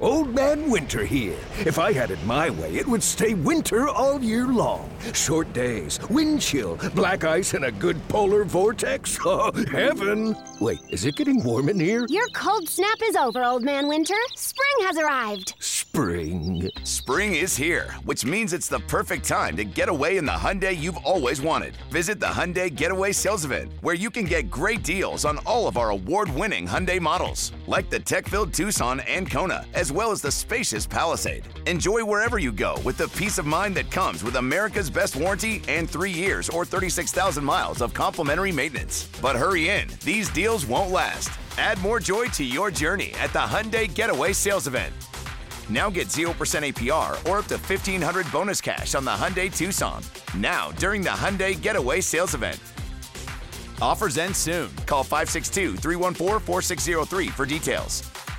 Old Man Winter here. If I had it my way, it would stay winter all year long. Short days, wind chill, black ice, and a good polar vortex. Oh, heaven! Wait, is it getting warm in here? Your cold snap is over, Old Man Winter. Spring has arrived. Spring. Spring is here, which means it's the perfect time to get away in the Hyundai you've always wanted. Visit the Hyundai Getaway Sales Event, where you can get great deals on all of our award-winning Hyundai models, like the tech-filled Tucson and Kona, as well as the spacious Palisade. Enjoy wherever you go with the peace of mind that comes with America's best warranty and 3 years or 36,000 miles of complimentary maintenance. But hurry in, these deals won't last. Add more joy to your journey at the Hyundai Getaway Sales Event. Now get 0% APR or up to $1,500 bonus cash on the Hyundai Tucson. Now, during the Hyundai Getaway Sales Event. Offers end soon. Call 562-314-4603 for details.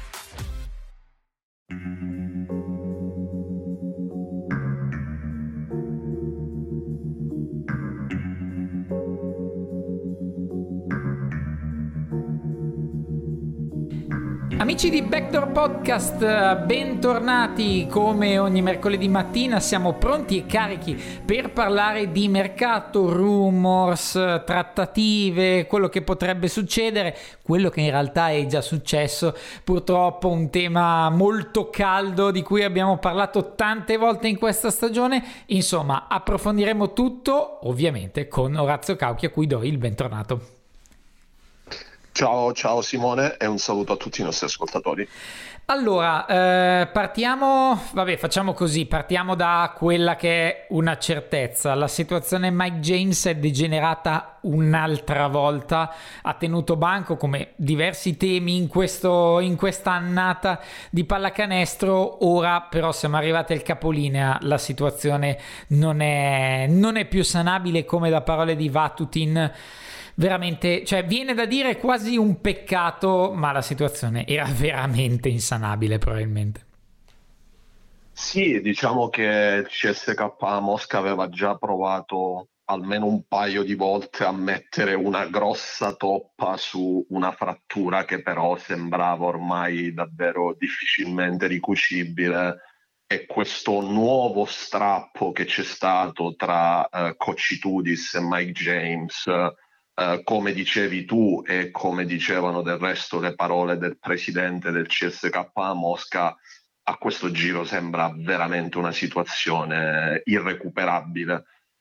Amici di Backdoor Podcast, bentornati. Come ogni mercoledì mattina siamo pronti e carichi per parlare di mercato, rumors, trattative, quello che potrebbe succedere, quello che in realtà è già successo. Purtroppo un tema molto caldo di cui abbiamo parlato tante volte in questa stagione. Insomma, approfondiremo tutto, ovviamente con Orazio Cauchi, a cui do il bentornato. Ciao Simone e un saluto a tutti i nostri ascoltatori. Allora, facciamo così, partiamo da quella che è una certezza. La situazione Mike James è degenerata un'altra volta, ha tenuto banco come diversi temi in questa annata di pallacanestro. Ora però siamo arrivati al capolinea, la situazione non è più sanabile, come da parole di Vatutin. Veramente, cioè viene da dire quasi un peccato, ma la situazione era veramente insanabile probabilmente. Sì, diciamo che il CSKA Mosca aveva già provato almeno un paio di volte a mettere una grossa toppa su una frattura che però sembrava ormai davvero difficilmente ricucibile, e questo nuovo strappo che c'è stato tra Coach Tudis e Mike James, come dicevi tu e come dicevano del resto le parole del presidente del CSKA Mosca, a questo giro sembra veramente una situazione irrecuperabile.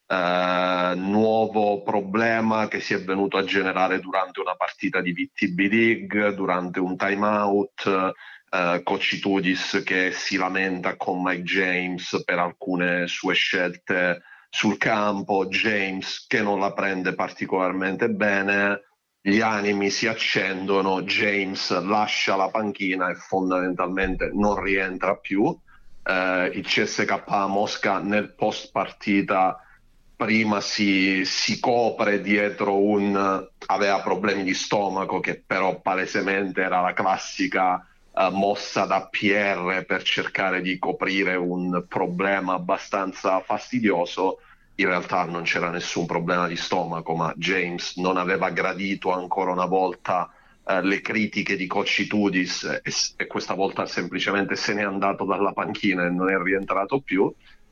Nuovo problema che si è venuto a generare durante una partita di VTB League, durante un timeout. Coach Tudis che si lamenta con Mike James per alcune sue scelte sul campo, James che non la prende particolarmente bene, gli animi si accendono, James lascia la panchina e fondamentalmente non rientra più. Il CSKA Mosca nel post partita prima si copre dietro aveva problemi di stomaco, che però palesemente era la classica mossa da PR per cercare di coprire un problema abbastanza fastidioso. In realtà non c'era nessun problema di stomaco, ma James non aveva gradito ancora una volta le critiche di Coach Tudis e questa volta semplicemente se n'è andato dalla panchina e non è rientrato più.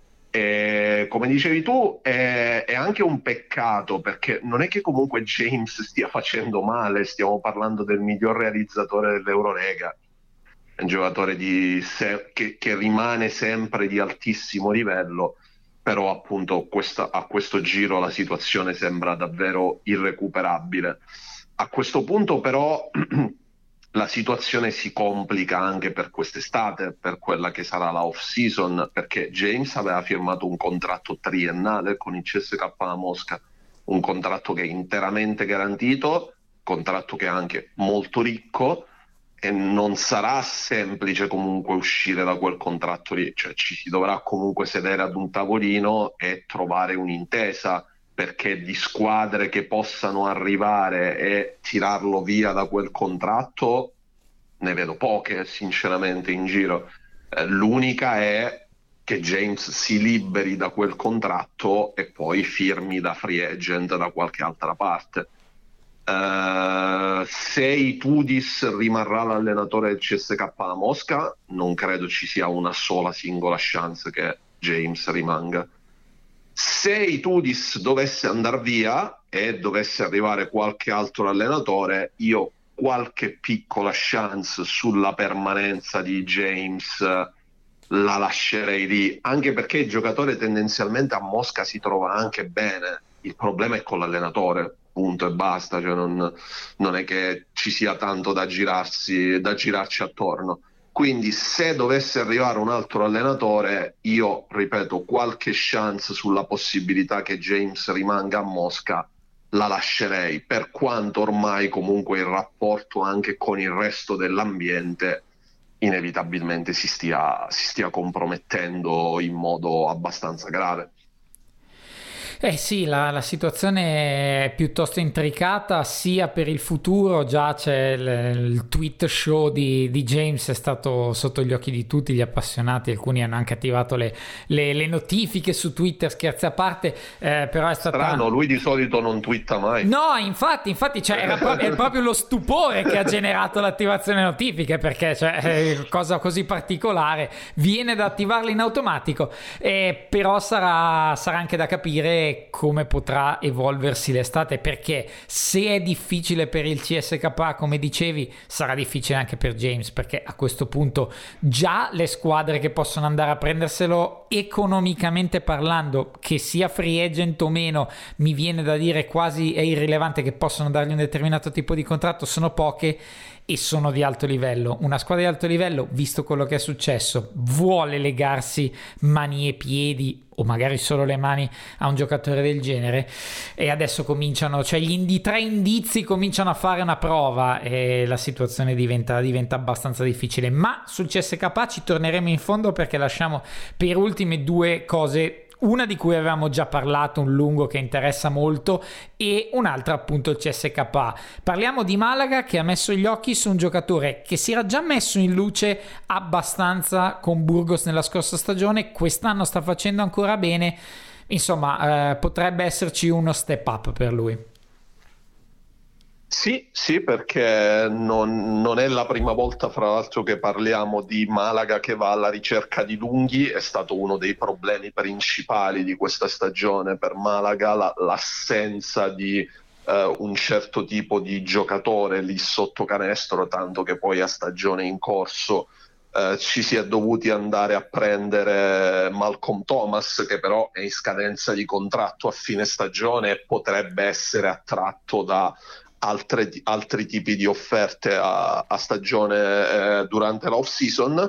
E come dicevi tu, è anche un peccato, perché non è che comunque James stia facendo male, stiamo parlando del miglior realizzatore dell'Eurolega, è un giocatore che rimane sempre di altissimo livello, però appunto a questo giro la situazione sembra davvero irrecuperabile. A questo punto però la situazione si complica anche per quest'estate, per quella che sarà la off-season, perché James aveva firmato un contratto triennale con il CSKA Mosca, un contratto che è interamente garantito, contratto che è anche molto ricco, e non sarà semplice comunque uscire da quel contratto lì, cioè ci si dovrà comunque sedere ad un tavolino e trovare un'intesa, perché di squadre che possano arrivare e tirarlo via da quel contratto ne vedo poche sinceramente in giro. L'unica è che James si liberi da quel contratto e poi firmi da free agent da qualche altra parte. Se Itudis rimarrà l'allenatore del CSKA a Mosca, non credo ci sia una sola singola chance che James rimanga. Se Itudis dovesse andare via e dovesse arrivare qualche altro allenatore, io qualche piccola chance sulla permanenza di James la lascerei lì, anche perché il giocatore tendenzialmente a Mosca si trova anche bene. Il problema è con l'allenatore, punto e basta, cioè non è che ci sia tanto da girarci attorno. Quindi se dovesse arrivare un altro allenatore, io ripeto, qualche chance sulla possibilità che James rimanga a Mosca la lascerei, per quanto ormai comunque il rapporto anche con il resto dell'ambiente inevitabilmente si stia compromettendo in modo abbastanza grave. Eh sì, la situazione è piuttosto intricata sia per il futuro, già c'è il tweet show di James, è stato sotto gli occhi di tutti gli appassionati, alcuni hanno anche attivato le notifiche su Twitter, scherzi a parte, però è stata... Strano, lui di solito non twitta mai. No, infatti cioè, è proprio lo stupore che ha generato l'attivazione notifiche, perché cioè, cosa così particolare, viene da attivarla in automatico, però sarà anche da capire come potrà evolversi l'estate, perché se è difficile per il CSKA, come dicevi, sarà difficile anche per James, perché a questo punto già le squadre che possono andare a prenderselo economicamente parlando, che sia free agent o meno, mi viene da dire quasi è irrilevante, che possono dargli un determinato tipo di contratto, sono poche e sono di alto livello. Una squadra di alto livello, visto quello che è successo, vuole legarsi mani e piedi o magari solo le mani a un giocatore del genere, e adesso cominciano, cioè gli tre indizi cominciano a fare una prova e la situazione diventa abbastanza difficile. Ma sul CSKA ci torneremo in fondo, perché lasciamo per ultime due cose, una di cui avevamo già parlato, un lungo che interessa molto, e un'altra appunto il CSKA. Parliamo di Malaga, che ha messo gli occhi su un giocatore che si era già messo in luce abbastanza con Burgos nella scorsa stagione, quest'anno sta facendo ancora bene, insomma potrebbe esserci uno step up per lui. Sì, perché non è la prima volta, fra l'altro, che parliamo di Malaga che va alla ricerca di lunghi. È stato uno dei problemi principali di questa stagione per Malaga, l'assenza di un certo tipo di giocatore lì sotto canestro, tanto che poi a stagione in corso ci si è dovuti andare a prendere Malcolm Thomas, che però è in scadenza di contratto a fine stagione e potrebbe essere attratto da altri tipi di offerte a stagione durante l'off season,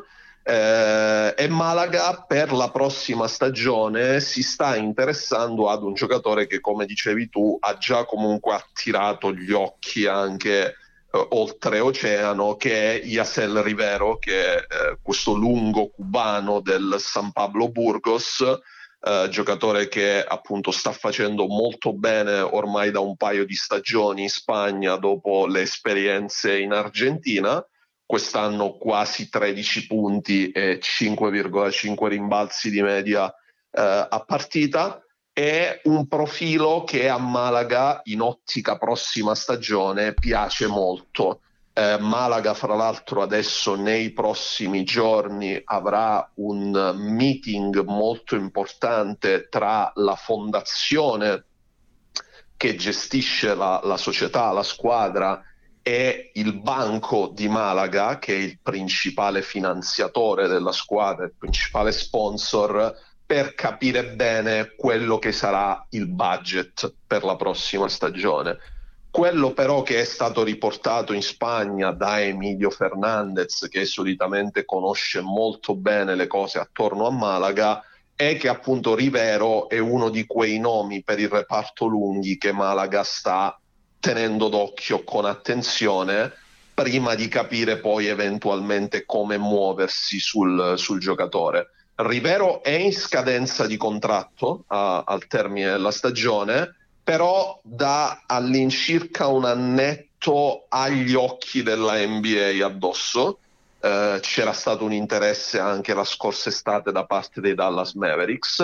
e Malaga per la prossima stagione si sta interessando ad un giocatore che, come dicevi tu, ha già comunque attirato gli occhi anche oltreoceano, che è Yasel Rivero, che è questo lungo cubano del San Pablo Burgos, giocatore che appunto sta facendo molto bene ormai da un paio di stagioni in Spagna dopo le esperienze in Argentina. Quest'anno quasi 13 punti e 5,5 rimbalzi di media a partita. È un profilo che a Malaga in ottica prossima stagione piace molto. Malaga, fra l'altro, adesso nei prossimi giorni avrà un meeting molto importante tra la fondazione che gestisce la società, la squadra, e il Banco di Malaga, che è il principale finanziatore della squadra, il principale sponsor, per capire bene quello che sarà il budget per la prossima stagione. Quello però che è stato riportato in Spagna da Emilio Fernandez, che solitamente conosce molto bene le cose attorno a Malaga, è che appunto Rivero è uno di quei nomi per il reparto lunghi che Malaga sta tenendo d'occhio con attenzione, prima di capire poi eventualmente come muoversi sul giocatore. Rivero è in scadenza di contratto al termine della stagione, però da all'incirca un annetto agli occhi della NBA addosso. C'era stato un interesse anche la scorsa estate da parte dei Dallas Mavericks.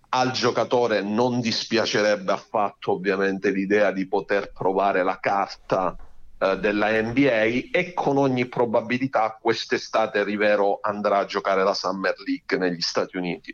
Al giocatore non dispiacerebbe affatto ovviamente l'idea di poter provare la carta della NBA, e con ogni probabilità quest'estate Rivero andrà a giocare la Summer League negli Stati Uniti.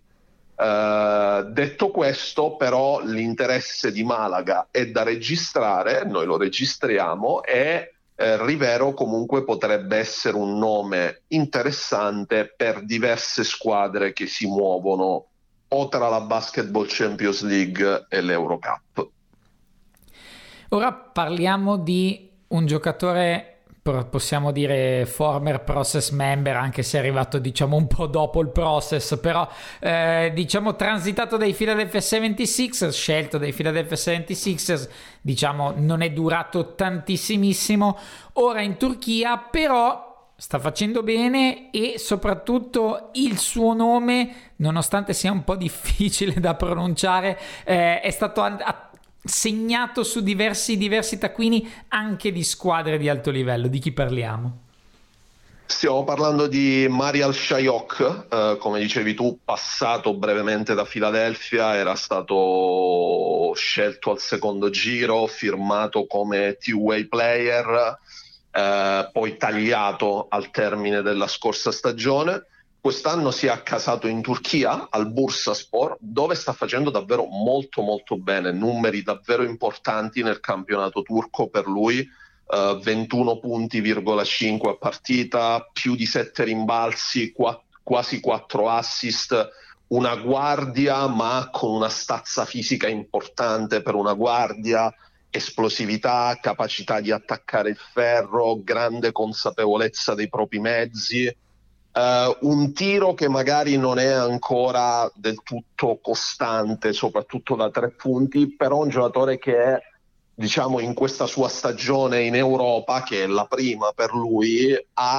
Detto questo, però, l'interesse di Malaga è da registrare, noi lo registriamo, e Rivero comunque potrebbe essere un nome interessante per diverse squadre che si muovono o tra la Basketball Champions League e l'Eurocup. Ora parliamo di un giocatore, possiamo dire former process member, anche se è arrivato diciamo un po' dopo il process, però diciamo transitato dai Philadelphia 76ers, scelto dai Philadelphia 76ers, diciamo non è durato tantissimissimo, ora in Turchia, però sta facendo bene, e soprattutto il suo nome, nonostante sia un po' difficile da pronunciare, è stato segnato su diversi taccuini anche di squadre di alto livello. Di chi parliamo? Stiamo parlando di Marial Shayok, come dicevi tu, passato brevemente da Philadelphia, era stato scelto al secondo giro, firmato come two-way player, poi tagliato al termine della scorsa stagione. Quest'anno si è accasato in Turchia, al Bursaspor, dove sta facendo davvero molto molto bene, numeri davvero importanti nel campionato turco per lui, 21 punti,5 a partita, più di 7 rimbalzi, quasi 4 assist, una guardia ma con una stazza fisica importante per una guardia, esplosività, capacità di attaccare il ferro, grande consapevolezza dei propri mezzi. Un tiro che magari non è ancora del tutto costante, soprattutto da 3 punti, però un giocatore che diciamo in questa sua stagione in Europa, che è la prima per lui,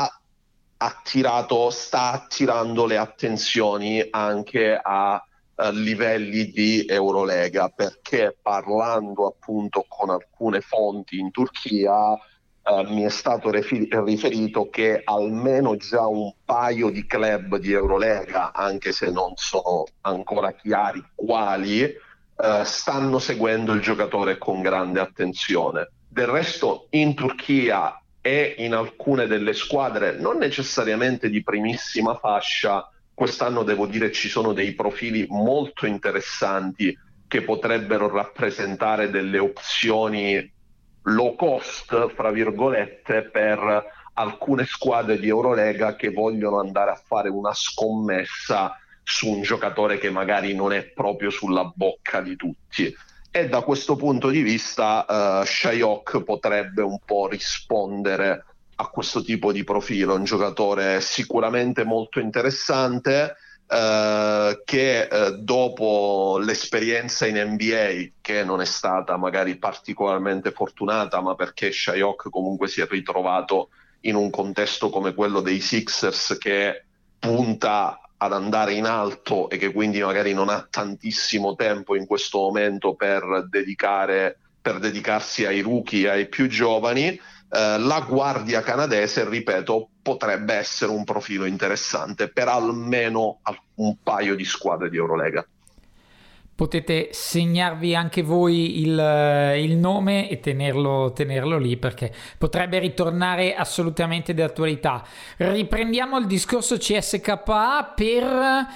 sta attirando le attenzioni anche a livelli di Eurolega, perché parlando appunto con alcune fonti in Turchia mi è stato riferito che almeno già un paio di club di Eurolega, anche se non sono ancora chiari quali, stanno seguendo il giocatore con grande attenzione. Del resto in Turchia e in alcune delle squadre non necessariamente di primissima fascia, quest'anno devo dire ci sono dei profili molto interessanti che potrebbero rappresentare delle opzioni low cost, fra virgolette, per alcune squadre di Eurolega che vogliono andare a fare una scommessa su un giocatore che magari non è proprio sulla bocca di tutti. E da questo punto di vista Shayok potrebbe un po' rispondere a questo tipo di profilo, un giocatore sicuramente molto interessante, che dopo l'esperienza in NBA, che non è stata magari particolarmente fortunata, ma perché Shayok comunque si è ritrovato in un contesto come quello dei Sixers, che punta ad andare in alto e che quindi magari non ha tantissimo tempo in questo momento per dedicarsi ai rookie, ai più giovani. La guardia canadese, ripeto, potrebbe essere un profilo interessante per almeno un paio di squadre di Eurolega. Potete segnarvi anche voi il nome e tenerlo lì, perché potrebbe ritornare assolutamente d'attualità. Riprendiamo il discorso CSKA per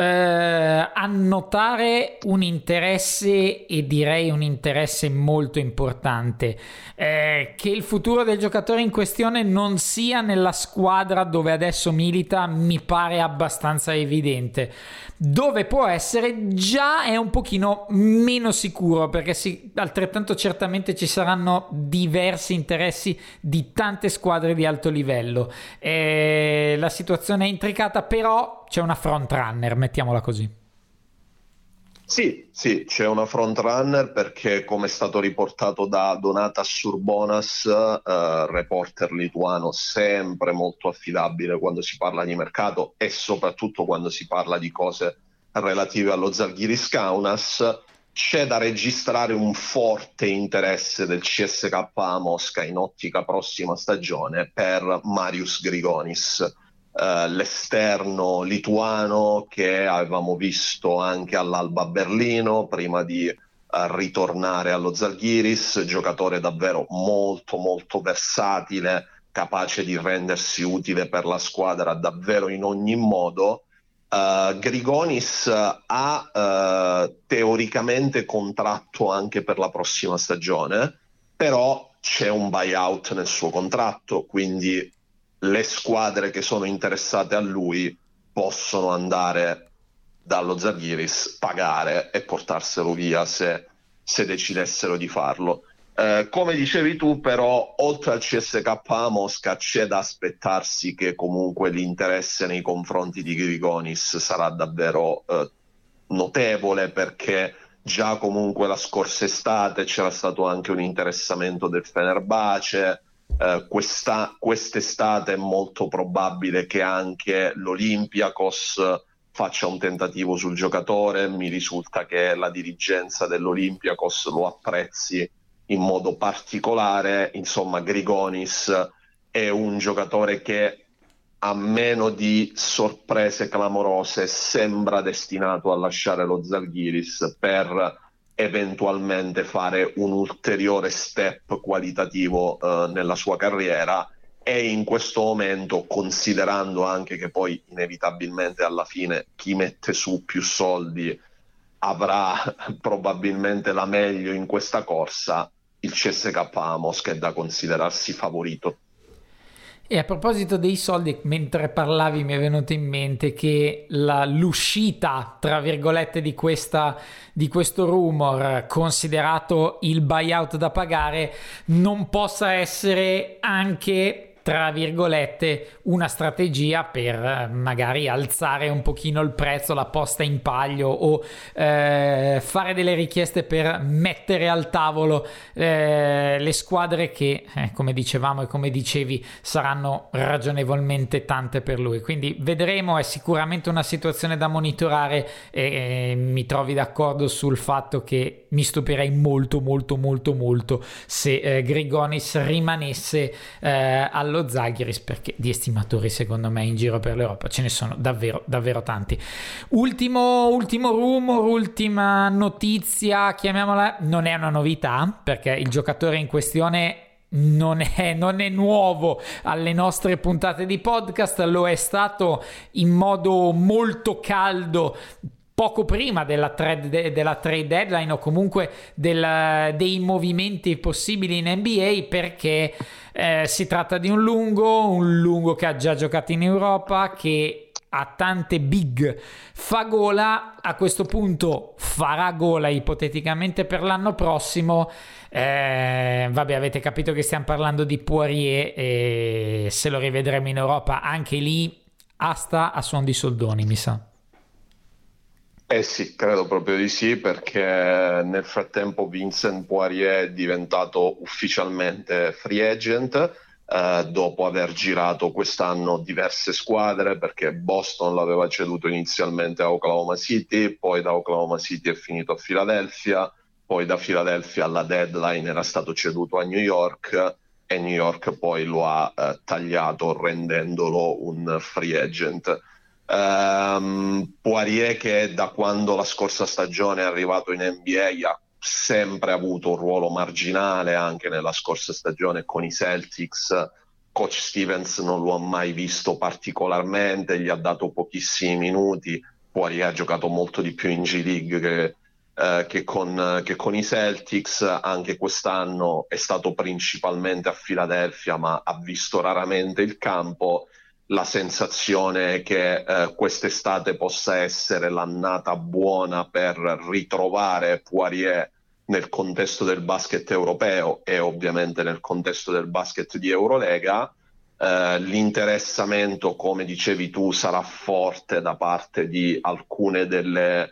annotare un interesse, e direi un interesse molto importante, che il futuro del giocatore in questione non sia nella squadra dove adesso milita, mi pare abbastanza evidente. Dove può essere già è un pochino meno sicuro, perché altrettanto certamente ci saranno diversi interessi di tante squadre di alto livello. La situazione è intricata, però c'è una front runner, mettiamola così. Sì, c'è una front runner, perché come è stato riportato da Donatas Urbonas, reporter lituano sempre molto affidabile quando si parla di mercato e soprattutto quando si parla di cose relative allo Žalgiris Kaunas, c'è da registrare un forte interesse del CSKA Mosca in ottica prossima stagione per Marius Grigonis. l'esterno lituano che avevamo visto anche all'Alba Berlino prima di ritornare allo Zalgiris, giocatore davvero molto molto versatile, capace di rendersi utile per la squadra davvero in ogni modo. Grigonis ha teoricamente contratto anche per la prossima stagione, però c'è un buyout nel suo contratto, quindi le squadre che sono interessate a lui possono andare dallo Zalgiris, pagare e portarselo via se decidessero di farlo. Come dicevi tu, però, oltre al CSKA Mosca c'è da aspettarsi che comunque l'interesse nei confronti di Grigonis sarà davvero notevole, perché già comunque la scorsa estate c'era stato anche un interessamento del Fenerbahce. Quest'estate è molto probabile che anche l'Olympiakos faccia un tentativo sul giocatore. Mi risulta che la dirigenza dell'Olympiakos lo apprezzi in modo particolare. Insomma, Grigonis è un giocatore che, a meno di sorprese clamorose, sembra destinato a lasciare lo Zalgiris per eventualmente fare un ulteriore step qualitativo nella sua carriera. E in questo momento, considerando anche che poi inevitabilmente alla fine chi mette su più soldi avrà probabilmente la meglio in questa corsa, il CSKA Mosca è da considerarsi favorito. E a proposito dei soldi, mentre parlavi mi è venuto in mente che l'uscita, tra virgolette, di questo rumor, considerato il buyout da pagare, non possa essere anche, tra virgolette, una strategia per magari alzare un pochino il prezzo, la posta in palio, o fare delle richieste per mettere al tavolo le squadre che, come dicevamo e come dicevi, saranno ragionevolmente tante per lui. Quindi vedremo, è sicuramente una situazione da monitorare, e mi trovi d'accordo sul fatto che mi stupirei molto molto molto molto se Grigonis rimanesse allo Zalgiris, perché di estimatori secondo me in giro per l'Europa ce ne sono davvero davvero tanti. Ultimo rumor, ultima notizia, chiamiamola, non è una novità perché il giocatore in questione non è nuovo alle nostre puntate di podcast, lo è stato in modo molto caldo poco prima della trade deadline, o comunque dei movimenti possibili in NBA, perché si tratta di un lungo che ha già giocato in Europa, che ha tante big, fa gola, a questo punto farà gola ipoteticamente per l'anno prossimo. Vabbè, avete capito che stiamo parlando di Poirier, e se lo rivedremo in Europa anche lì asta a suon di soldoni, mi sa. Sì, credo proprio di sì, perché nel frattempo Vincent Poirier è diventato ufficialmente free agent, dopo aver girato quest'anno diverse squadre, perché Boston l'aveva ceduto inizialmente a Oklahoma City, poi da Oklahoma City è finito a Philadelphia, poi da Philadelphia alla deadline era stato ceduto a New York, e New York poi lo ha tagliato rendendolo un free agent. Poirier, che da quando la scorsa stagione è arrivato in NBA ha sempre avuto un ruolo marginale, anche nella scorsa stagione con i Celtics. Coach Stevens non lo ha mai visto particolarmente, gli ha dato pochissimi minuti. Poirier ha giocato molto di più in G League che con i Celtics. Anche quest'anno è stato principalmente a Philadelphia, ma ha visto raramente il campo. La sensazione è che quest'estate possa essere l'annata buona per ritrovare Poirier nel contesto del basket europeo e ovviamente nel contesto del basket di Eurolega. L'interessamento, come dicevi tu, sarà forte da parte di alcune delle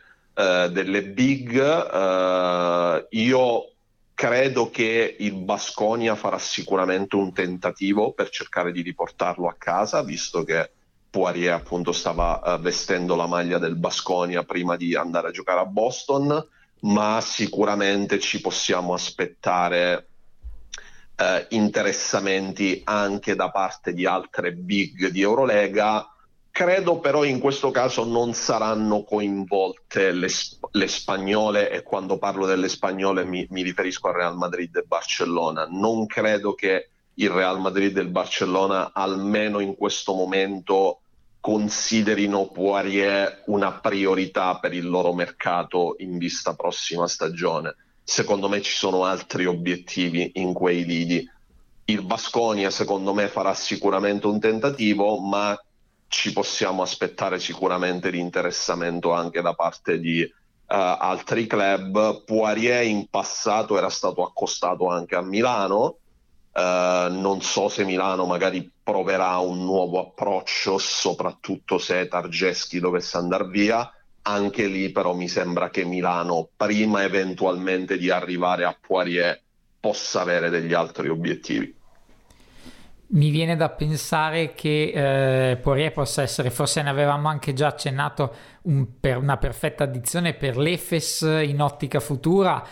big. Io credo che il Baskonia farà sicuramente un tentativo per cercare di riportarlo a casa, visto che Poirier appunto stava vestendo la maglia del Baskonia prima di andare a giocare a Boston, ma sicuramente ci possiamo aspettare interessamenti anche da parte di altre big di Eurolega. Credo però in questo caso non saranno coinvolte le spagnole, e quando parlo delle spagnole mi riferisco al Real Madrid e Barcellona. Non credo che il Real Madrid e il Barcellona, almeno in questo momento, considerino Poirier una priorità per il loro mercato in vista prossima stagione. Secondo me ci sono altri obiettivi in quei lidi. Il Baskonia secondo me farà sicuramente un tentativo, ma ci possiamo aspettare sicuramente l'interessamento anche da parte di altri club. Poirier in passato era stato accostato anche a Milano, non so se Milano magari proverà un nuovo approccio, soprattutto se Targeschi dovesse andare via. Anche lì però mi sembra che Milano, prima eventualmente di arrivare a Poirier, possa avere degli altri obiettivi. Mi viene da pensare che Poirier possa essere, forse ne avevamo anche già accennato, per una perfetta addizione per l'Efes in ottica futura,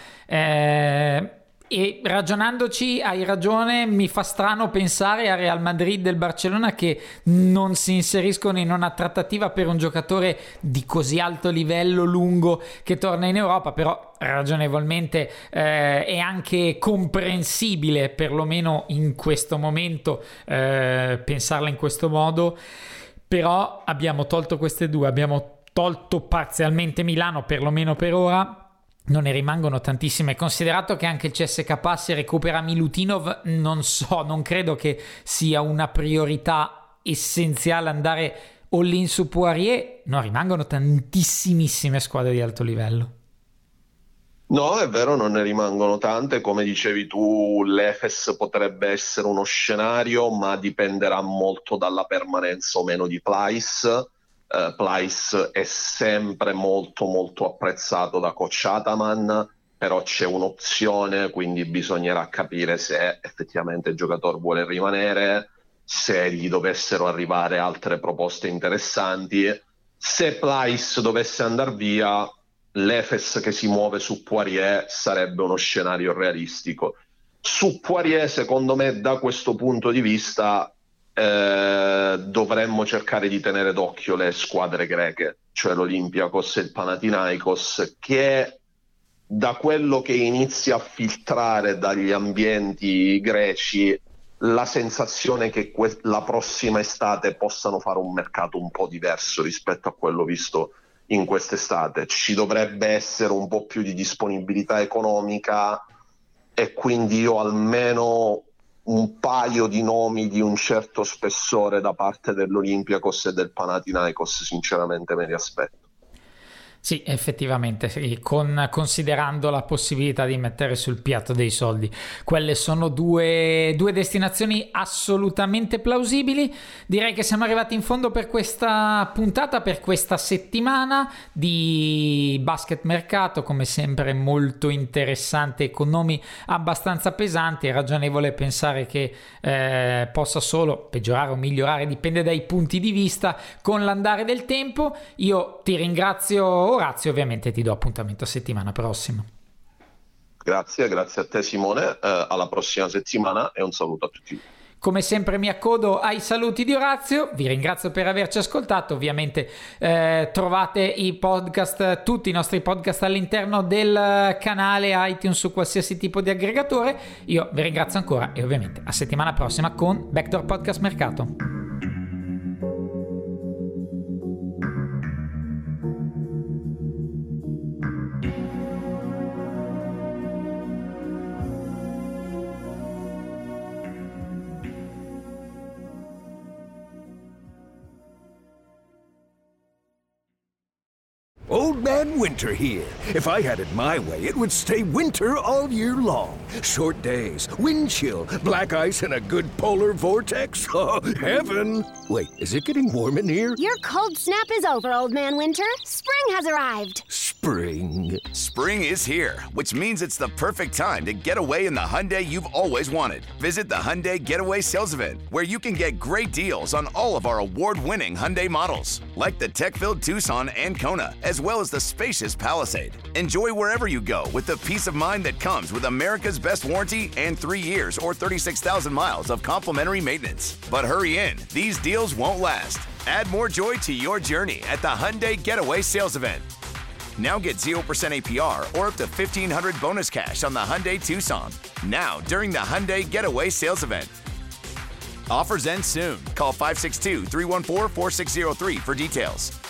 e ragionandoci hai ragione, mi fa strano pensare a Real Madrid e il Barcellona che non si inseriscono in una trattativa per un giocatore di così alto livello, lungo, che torna in Europa. Però ragionevolmente è anche comprensibile, perlomeno in questo momento, pensarla in questo modo. Però abbiamo tolto queste due, abbiamo tolto parzialmente Milano, perlomeno per ora. Non ne rimangono tantissime, considerato che anche il CSKA se recupera Milutinov, non credo che sia una priorità essenziale andare all-in su Poirier. Non rimangono tantissimissime squadre di alto livello. No, è vero, non ne rimangono tante. Come dicevi tu, l'Efes potrebbe essere uno scenario, ma dipenderà molto dalla permanenza o meno di Pleiss. Pleiss è sempre molto molto apprezzato da coach Ataman, però c'è un'opzione, quindi bisognerà capire se effettivamente il giocatore vuole rimanere, se gli dovessero arrivare altre proposte interessanti. Se Pleiss dovesse andare via, l'Efes che si muove su Poirier sarebbe uno scenario realistico. Su Poirier, secondo me, da questo punto di vista dovremmo cercare di tenere d'occhio le squadre greche, cioè l'Olympiakos e il Panathinaikos, che da quello che inizia a filtrare dagli ambienti greci, la sensazione che la prossima estate possano fare un mercato un po' diverso rispetto a quello visto in quest'estate. Ci dovrebbe essere un po' più di disponibilità economica, e quindi io almeno un paio di nomi di un certo spessore da parte dell'Olympiakos e del Panathinaikos sinceramente me li aspetto. Sì, effettivamente, sì, considerando la possibilità di mettere sul piatto dei soldi. Quelle sono due destinazioni assolutamente plausibili. Direi che siamo arrivati in fondo per questa puntata, per questa settimana di basket mercato, come sempre molto interessante, con nomi abbastanza pesanti. È ragionevole pensare che possa solo peggiorare o migliorare, dipende dai punti di vista, con l'andare del tempo. Io ti ringrazio, Orazio, ovviamente ti do appuntamento settimana prossima. Grazie a te Simone, alla prossima settimana e un saluto a tutti. Come sempre mi accodo ai saluti di Orazio, vi ringrazio per averci ascoltato. Ovviamente trovate i podcast, tutti i nostri podcast all'interno del canale iTunes su qualsiasi tipo di aggregatore. Io vi ringrazio ancora e ovviamente a settimana prossima con Backdoor Podcast Mercato. Old Man Winter here. If I had it my way, it would stay winter all year long. Short days, wind chill, black ice, and a good polar vortex. Oh, heaven! Wait, is it getting warm in here? Your cold snap is over, Old Man Winter. Spring has arrived. Spring. Spring is here, which means it's the perfect time to get away in the Hyundai you've always wanted. Visit the Hyundai Getaway Sales Event, where you can get great deals on all of our award-winning Hyundai models, like the tech-filled Tucson and Kona, as well as the spacious Palisade. Enjoy wherever you go with the peace of mind that comes with America's best warranty and 3 years or 36,000 miles of complimentary maintenance. But hurry in, these deals won't last. Add more joy to your journey at the Hyundai Getaway Sales Event. Now get 0% APR or up to $1,500 bonus cash on the Hyundai Tucson. Now, during the Hyundai Getaway Sales Event. Offers end soon. Call 562-314-4603 for details.